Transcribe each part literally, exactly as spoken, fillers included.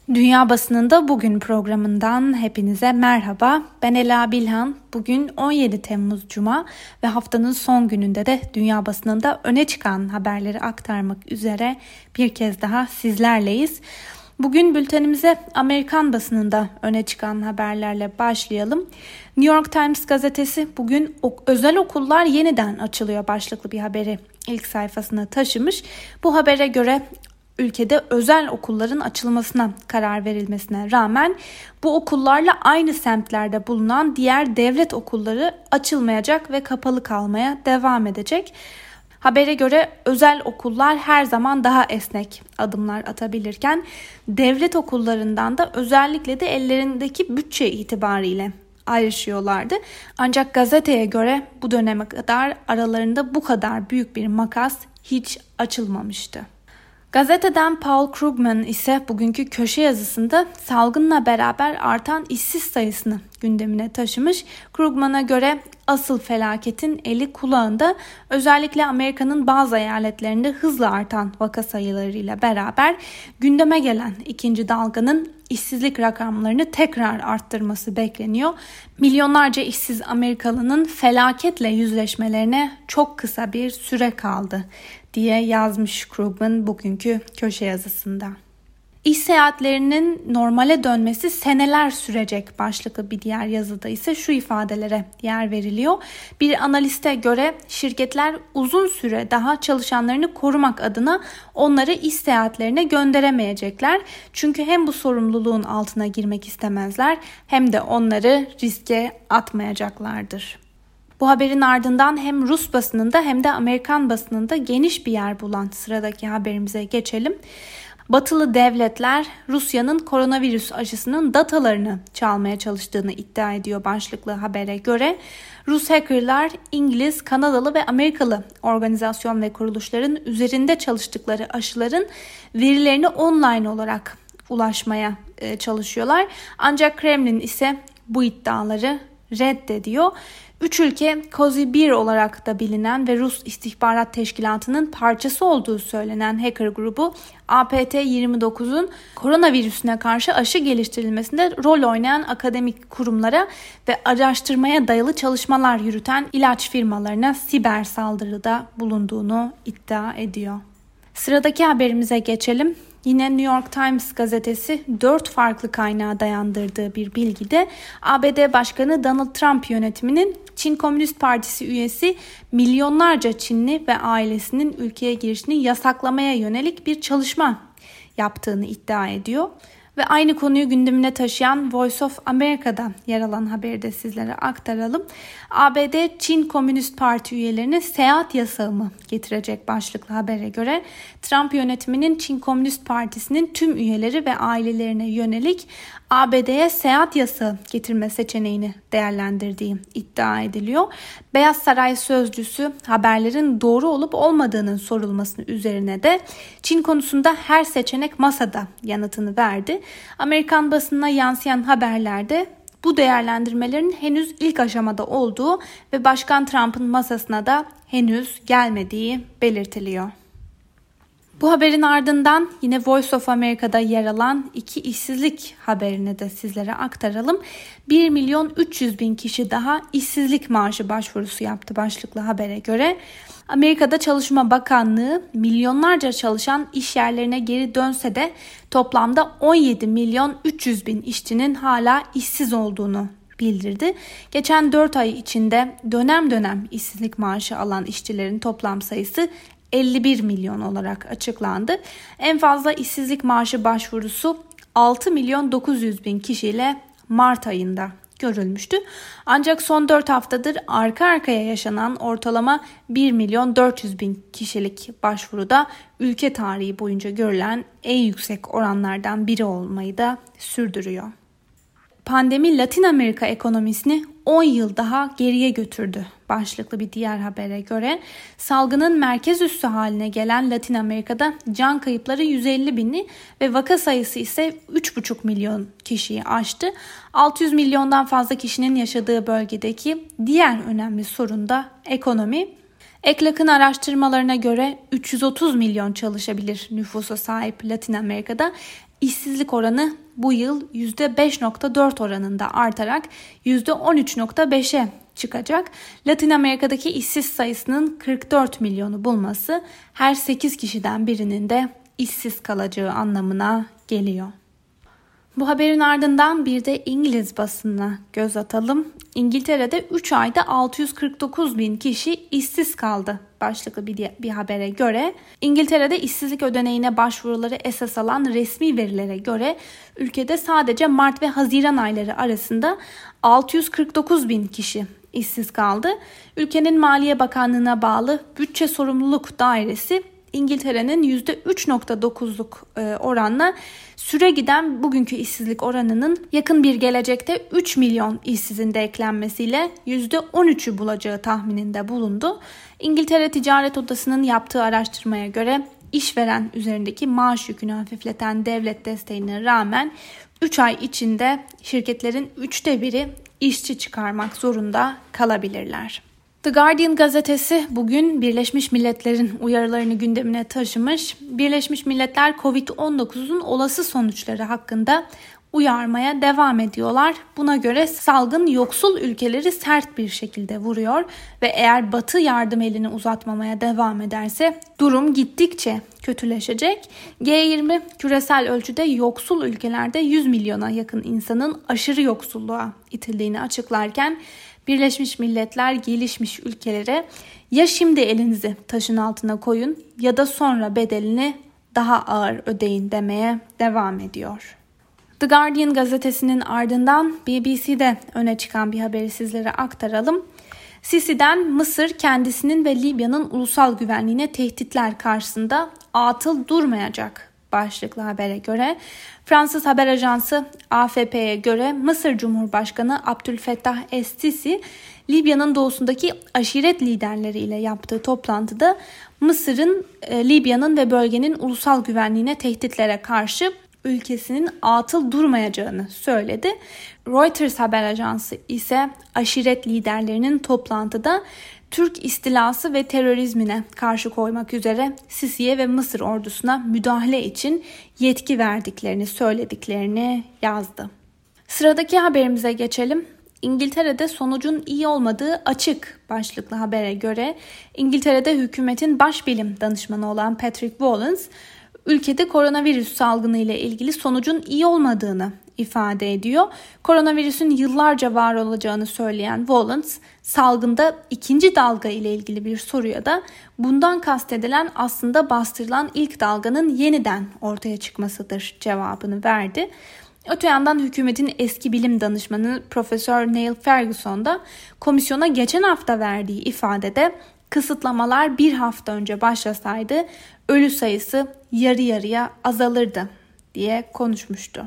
Dünya Basınında Bugün programından hepinize merhaba. Ben Ela Bilhan. Bugün on yedi Temmuz Cuma ve haftanın son gününde de dünya basınında öne çıkan haberleri aktarmak üzere bir kez daha sizlerleyiz. Bugün bültenimize Amerikan basınında öne çıkan haberlerle başlayalım. New York Times gazetesi bugün özel okullar yeniden açılıyor başlıklı bir haberi ilk sayfasına taşımış. Bu habere göre ülkede özel okulların açılmasına karar verilmesine rağmen bu okullarla aynı semtlerde bulunan diğer devlet okulları açılmayacak ve kapalı kalmaya devam edecek. Habere göre özel okullar her zaman daha esnek adımlar atabilirken devlet okullarından da özellikle de ellerindeki bütçe itibariyle ayrışıyorlardı. Ancak gazeteye göre bu döneme kadar aralarında bu kadar büyük bir makas hiç açılmamıştı. Gazeteden Paul Krugman ise bugünkü köşe yazısında salgınla beraber artan işsiz sayısını gündemine taşımış. Krugman'a göre asıl felaketin eli kulağında, özellikle Amerika'nın bazı eyaletlerinde hızla artan vaka sayılarıyla beraber gündeme gelen ikinci dalganın işsizlik rakamlarını tekrar arttırması bekleniyor. Milyonlarca işsiz Amerikalının felaketle yüzleşmelerine çok kısa bir süre kaldı diye yazmış Krugman bugünkü köşe yazısında. İş seyahatlerinin normale dönmesi seneler sürecek başlıklı bir diğer yazıda ise şu ifadelere yer veriliyor. Bir analiste göre şirketler uzun süre daha çalışanlarını korumak adına onları iş seyahatlerine gönderemeyecekler. Çünkü hem bu sorumluluğun altına girmek istemezler hem de onları riske atmayacaklardır. Bu haberin ardından hem Rus basınında hem de Amerikan basınında geniş bir yer bulan sıradaki haberimize geçelim. Batılı devletler Rusya'nın koronavirüs aşısının datalarını çalmaya çalıştığını iddia ediyor başlıklı habere göre. Rus hackerlar İngiliz, Kanadalı ve Amerikalı organizasyon ve kuruluşların üzerinde çalıştıkları aşıların verilerini online olarak ulaşmaya çalışıyorlar. Ancak Kremlin ise bu iddiaları reddediyor. Üç ülke Cozy bir olarak da bilinen ve Rus İstihbarat Teşkilatı'nın parçası olduğu söylenen hacker grubu A P T yirmi dokuzun koronavirüsüne karşı aşı geliştirilmesinde rol oynayan akademik kurumlara ve araştırmaya dayalı çalışmalar yürüten ilaç firmalarına siber saldırıda bulunduğunu iddia ediyor. Sıradaki haberimize geçelim. Yine New York Times gazetesi dört farklı kaynağa dayandırdığı bir bilgide A B D Başkanı Donald Trump yönetiminin Çin Komünist Partisi üyesi milyonlarca Çinli ve ailesinin ülkeye girişini yasaklamaya yönelik bir çalışma yaptığını iddia ediyor. Ve aynı konuyu gündemine taşıyan Voice of America'dan yer alan haberi de sizlere aktaralım. A B D Çin Komünist Parti üyelerine seyahat yasağı mı getirecek başlıklı habere göre Trump yönetiminin Çin Komünist Partisi'nin tüm üyeleri ve ailelerine yönelik A B D'ye seyahat yasağı getirme seçeneğini değerlendirdiği iddia ediliyor. Beyaz Saray sözcüsü haberlerin doğru olup olmadığının sorulmasının üzerine de Çin konusunda her seçenek masada yanıtını verdi. Amerikan basınına yansıyan haberlerde bu değerlendirmelerin henüz ilk aşamada olduğu ve Başkan Trump'ın masasına da henüz gelmediği belirtiliyor. Bu haberin ardından yine Voice of America'da yer alan iki işsizlik haberini de sizlere aktaralım. bir milyon üç yüz bin kişi daha işsizlik maaşı başvurusu yaptı başlıklı habere göre. Amerika'da Çalışma Bakanlığı milyonlarca çalışan iş yerlerine geri dönse de toplamda on yedi milyon üç yüz bin işçinin hala işsiz olduğunu bildirdi. Geçen dört ay içinde dönem dönem işsizlik maaşı alan işçilerin toplam sayısı elli bir milyon olarak açıklandı. En fazla işsizlik maaşı başvurusu altı milyon dokuz yüz bin kişiyle Mart ayında görülmüştü. Ancak son dört haftadır arka arkaya yaşanan ortalama bir milyon dört yüz bin kişilik başvuruda ülke tarihi boyunca görülen en yüksek oranlardan biri olmayı da sürdürüyor. Pandemi Latin Amerika ekonomisini on yıl daha geriye götürdü başlıklı bir diğer habere göre. Salgının merkez üssü haline gelen Latin Amerika'da can kayıpları yüz elli bini ve vaka sayısı ise üç buçuk milyon kişiyi aştı. altı yüz milyondan fazla kişinin yaşadığı bölgedeki diğer önemli sorun da ekonomi. ECLAC'ın araştırmalarına göre üç yüz otuz milyon çalışabilir nüfusa sahip Latin Amerika'da İşsizlik oranı bu yıl yüzde beş virgül dört oranında artarak yüzde on üç virgül beşe çıkacak. Latin Amerika'daki işsiz sayısının kırk dört milyonu bulması her sekiz kişiden birinin de işsiz kalacağı anlamına geliyor. Bu haberin ardından bir de İngiliz basınına göz atalım. İngiltere'de üç ayda altı yüz kırk dokuz bin kişi işsiz kaldı başlıklı bir, bir habere göre. İngiltere'de işsizlik ödeneğine başvuruları esas alan resmi verilere göre ülkede sadece Mart ve Haziran ayları arasında altı yüz kırk dokuz bin kişi işsiz kaldı. Ülkenin Maliye Bakanlığı'na bağlı Bütçe Sorumluluk Dairesi İngiltere'nin yüzde üç virgül dokuzluk oranla süre giden bugünkü işsizlik oranının yakın bir gelecekte üç milyon işsizin de eklenmesiyle yüzde on üçü bulacağı tahmininde bulundu. İngiltere Ticaret Odası'nın yaptığı araştırmaya göre işveren üzerindeki maaş yükünü hafifleten devlet desteğine rağmen üç ay içinde şirketlerin üçte biri işçi çıkarmak zorunda kalabilirler. The Guardian gazetesi bugün Birleşmiş Milletler'in uyarılarını gündemine taşımış. Birleşmiş Milletler kovid on dokuzun olası sonuçları hakkında uyarmaya devam ediyorlar. Buna göre salgın yoksul ülkeleri sert bir şekilde vuruyor ve eğer Batı yardım elini uzatmamaya devam ederse durum gittikçe kötüleşecek. G yirmi küresel ölçüde yoksul ülkelerde yüz milyona yakın insanın aşırı yoksulluğa itildiğini açıklarken Birleşmiş Milletler gelişmiş ülkelere ya şimdi elinizi taşın altına koyun ya da sonra bedelini daha ağır ödeyin demeye devam ediyor. The Guardian gazetesinin ardından B B C'de öne çıkan bir haberi sizlere aktaralım. Sisi'den Mısır kendisinin ve Libya'nın ulusal güvenliğine tehditler karşısında atıl durmayacak başlıklı habere göre Fransız haber ajansı A F P'ye göre Mısır Cumhurbaşkanı Abdülfettah Es-Sisi Libya'nın doğusundaki aşiret liderleriyle yaptığı toplantıda Mısır'ın, e, Libya'nın ve bölgenin ulusal güvenliğine tehditlere karşı ülkesinin atıl durmayacağını söyledi. Reuters haber ajansı ise aşiret liderlerinin toplantıda Türk istilası ve terörizmine karşı koymak üzere Sisi'ye ve Mısır ordusuna müdahale için yetki verdiklerini söylediklerini yazdı. Sıradaki haberimize geçelim. İngiltere'de sonucun iyi olmadığı açık başlıklı habere göre İngiltere'de hükümetin başbilim danışmanı olan Patrick Vallance, ülkede koronavirüs salgını ile ilgili sonucun iyi olmadığını ifade ediyor. Koronavirüsün yıllarca var olacağını söyleyen Vallance, salgında ikinci dalga ile ilgili bir soruya da bundan kastedilen aslında bastırılan ilk dalganın yeniden ortaya çıkmasıdır cevabını verdi. Öte yandan hükümetin eski bilim danışmanı Profesör Neil Ferguson da komisyona geçen hafta verdiği ifadede kısıtlamalar bir hafta önce başlasaydı ölü sayısı yarı yarıya azalırdı diye konuşmuştu.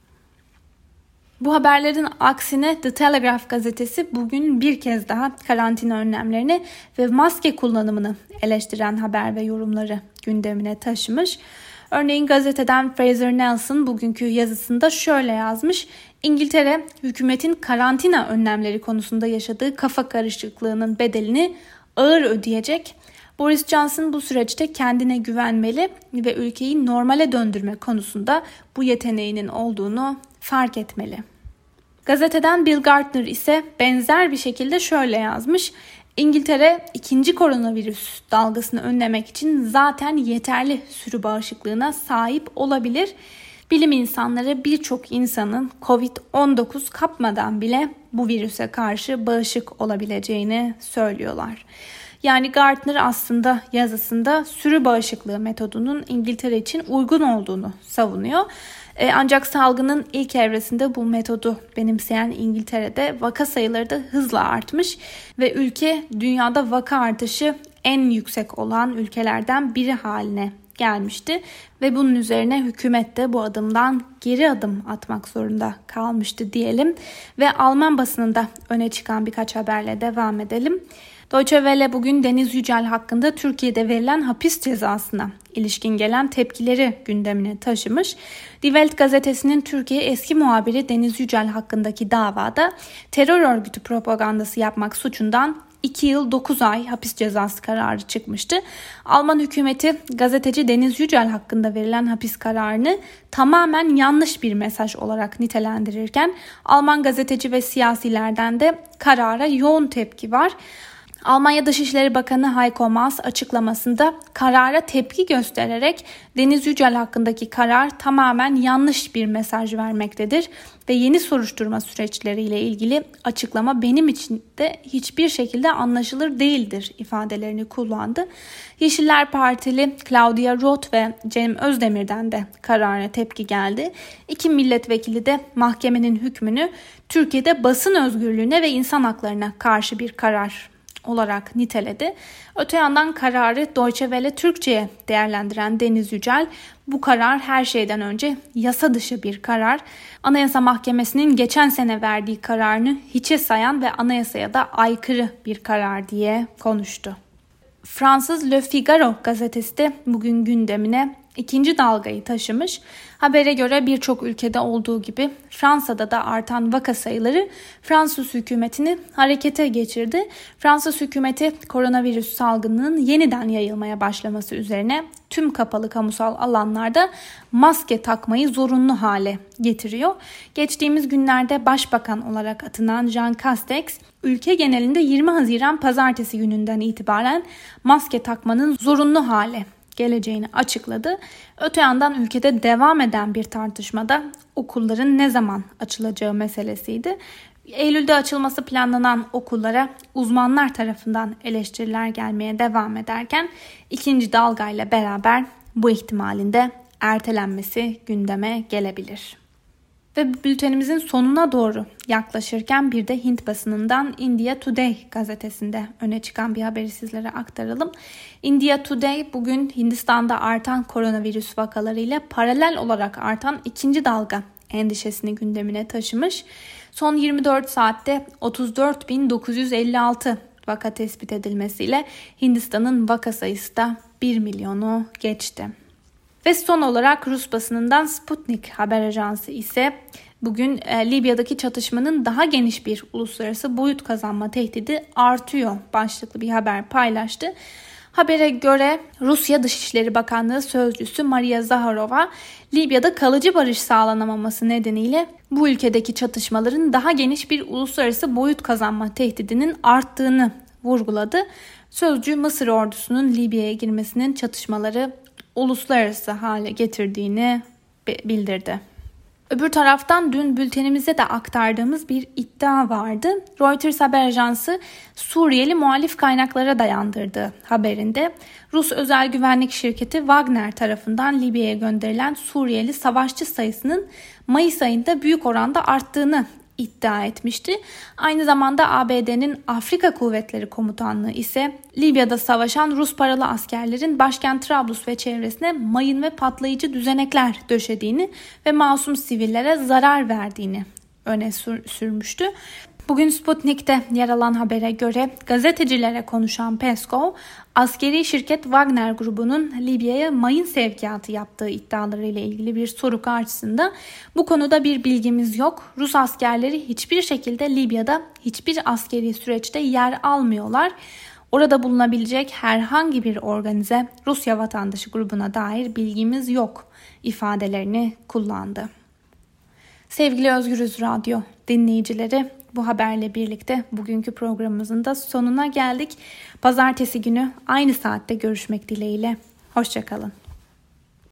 Bu haberlerin aksine The Telegraph gazetesi bugün bir kez daha karantina önlemlerini ve maske kullanımını eleştiren haber ve yorumları gündemine taşımış. Örneğin gazeteden Fraser Nelson bugünkü yazısında şöyle yazmış: İngiltere hükümetin karantina önlemleri konusunda yaşadığı kafa karışıklığının bedelini ağır ödeyecek. Boris Johnson bu süreçte kendine güvenmeli ve ülkeyi normale döndürme konusunda bu yeteneğinin olduğunu fark etmeli. Gazeteden Bill Gardner ise benzer bir şekilde şöyle yazmış: İngiltere ikinci koronavirüs dalgasını önlemek için zaten yeterli sürü bağışıklığına sahip olabilir. Bilim insanları birçok insanın kovid on dokuz kapmadan bile bu virüse karşı bağışık olabileceğini söylüyorlar. Yani Gardner aslında yazısında sürü bağışıklığı metodunun İngiltere için uygun olduğunu savunuyor. E, ancak salgının ilk evresinde bu metodu benimseyen İngiltere'de vaka sayıları da hızla artmış ve ülke dünyada vaka artışı en yüksek olan ülkelerden biri haline gelmişti ve bunun üzerine hükümet de bu adımdan geri adım atmak zorunda kalmıştı diyelim ve Alman basınında öne çıkan birkaç haberle devam edelim. Deutsche Welle bugün Deniz Yücel hakkında Türkiye'de verilen hapis cezasına ilişkin gelen tepkileri gündemine taşımış. Die Welt gazetesinin Türkiye eski muhabiri Deniz Yücel hakkındaki davada terör örgütü propagandası yapmak suçundan iki yıl dokuz ay hapis cezası kararı çıkmıştı. Alman hükümeti gazeteci Deniz Yücel hakkında verilen hapis kararını tamamen yanlış bir mesaj olarak nitelendirirken Alman gazeteci ve siyasilerden de karara yoğun tepki var. Almanya Dışişleri Bakanı Heiko Maas açıklamasında karara tepki göstererek Deniz Yücel hakkındaki karar tamamen yanlış bir mesaj vermektedir ve yeni soruşturma süreçleriyle ilgili açıklama benim için de hiçbir şekilde anlaşılır değildir ifadelerini kullandı. Yeşiller Partili Claudia Roth ve Cem Özdemir'den de karara tepki geldi. İki milletvekili de mahkemenin hükmünü Türkiye'de basın özgürlüğüne ve insan haklarına karşı bir karar olarak niteledi. Öte yandan kararı Deutsche Welle Türkçe'ye değerlendiren Deniz Yücel, bu karar her şeyden önce yasa dışı bir karar. Anayasa Mahkemesi'nin geçen sene verdiği kararını hiçe sayan ve anayasaya da aykırı bir karar diye konuştu. Fransız Le Figaro gazetesi de bugün gündemine ikinci dalgayı taşımış. Habere göre birçok ülkede olduğu gibi Fransa'da da artan vaka sayıları Fransız hükümetini harekete geçirdi. Fransız hükümeti koronavirüs salgınının yeniden yayılmaya başlaması üzerine tüm kapalı kamusal alanlarda maske takmayı zorunlu hale getiriyor. Geçtiğimiz günlerde başbakan olarak atanan Jean Castex, ülke genelinde yirmi Haziran pazartesi gününden itibaren maske takmanın zorunlu hale geleceğini açıkladı. Öte yandan ülkede devam eden bir tartışmada okulların ne zaman açılacağı meselesiydi. Eylül'de açılması planlanan okullara uzmanlar tarafından eleştiriler gelmeye devam ederken ikinci dalgayla beraber bu ihtimalin de ertelenmesi gündeme gelebilir. Ve bültenimizin sonuna doğru yaklaşırken bir de Hint basınından India Today gazetesinde öne çıkan bir haberi sizlere aktaralım. India Today bugün Hindistan'da artan koronavirüs vakalarıyla paralel olarak artan ikinci dalga endişesini gündemine taşımış. Son yirmi dört saatte otuz dört bin dokuz yüz elli altı vaka tespit edilmesiyle Hindistan'ın vaka sayısı da bir milyonu geçti. Ve son olarak Rus basınından Sputnik haber ajansı ise bugün e, Libya'daki çatışmanın daha geniş bir uluslararası boyut kazanma tehdidi artıyor başlıklı bir haber paylaştı. Habere göre Rusya Dışişleri Bakanlığı Sözcüsü Maria Zaharova, Libya'da kalıcı barış sağlanamaması nedeniyle bu ülkedeki çatışmaların daha geniş bir uluslararası boyut kazanma tehdidinin arttığını vurguladı. Sözcü Mısır ordusunun Libya'ya girmesinin çatışmaları uluslararası hale getirdiğini bildirdi. Öbür taraftan dün bültenimizde de aktardığımız bir iddia vardı. Reuters haber ajansı Suriyeli muhalif kaynaklara dayandırdığı haberinde Rus özel güvenlik şirketi Wagner tarafından Libya'ya gönderilen Suriyeli savaşçı sayısının Mayıs ayında büyük oranda arttığını iddia etmişti. Aynı zamanda A B D'nin Afrika Kuvvetleri Komutanlığı ise Libya'da savaşan Rus paralı askerlerin başkent Trablus ve çevresine mayın ve patlayıcı düzenekler döşediğini ve masum sivillere zarar verdiğini öne sür- sürmüştü. Bugün Sputnik'te yer alan habere göre gazetecilere konuşan Peskov, askeri şirket Wagner grubunun Libya'ya mayın sevkiyatı yaptığı iddialarıyla ilgili bir soru karşısında bu konuda bir bilgimiz yok. Rus askerleri hiçbir şekilde Libya'da hiçbir askeri süreçte yer almıyorlar. Orada bulunabilecek herhangi bir organize Rusya vatandaşı grubuna dair bilgimiz yok ifadelerini kullandı. Sevgili Özgürüz Radyo dinleyicileri, bu haberle birlikte bugünkü programımızın da sonuna geldik. Pazartesi günü aynı saatte görüşmek dileğiyle. Hoşça kalın.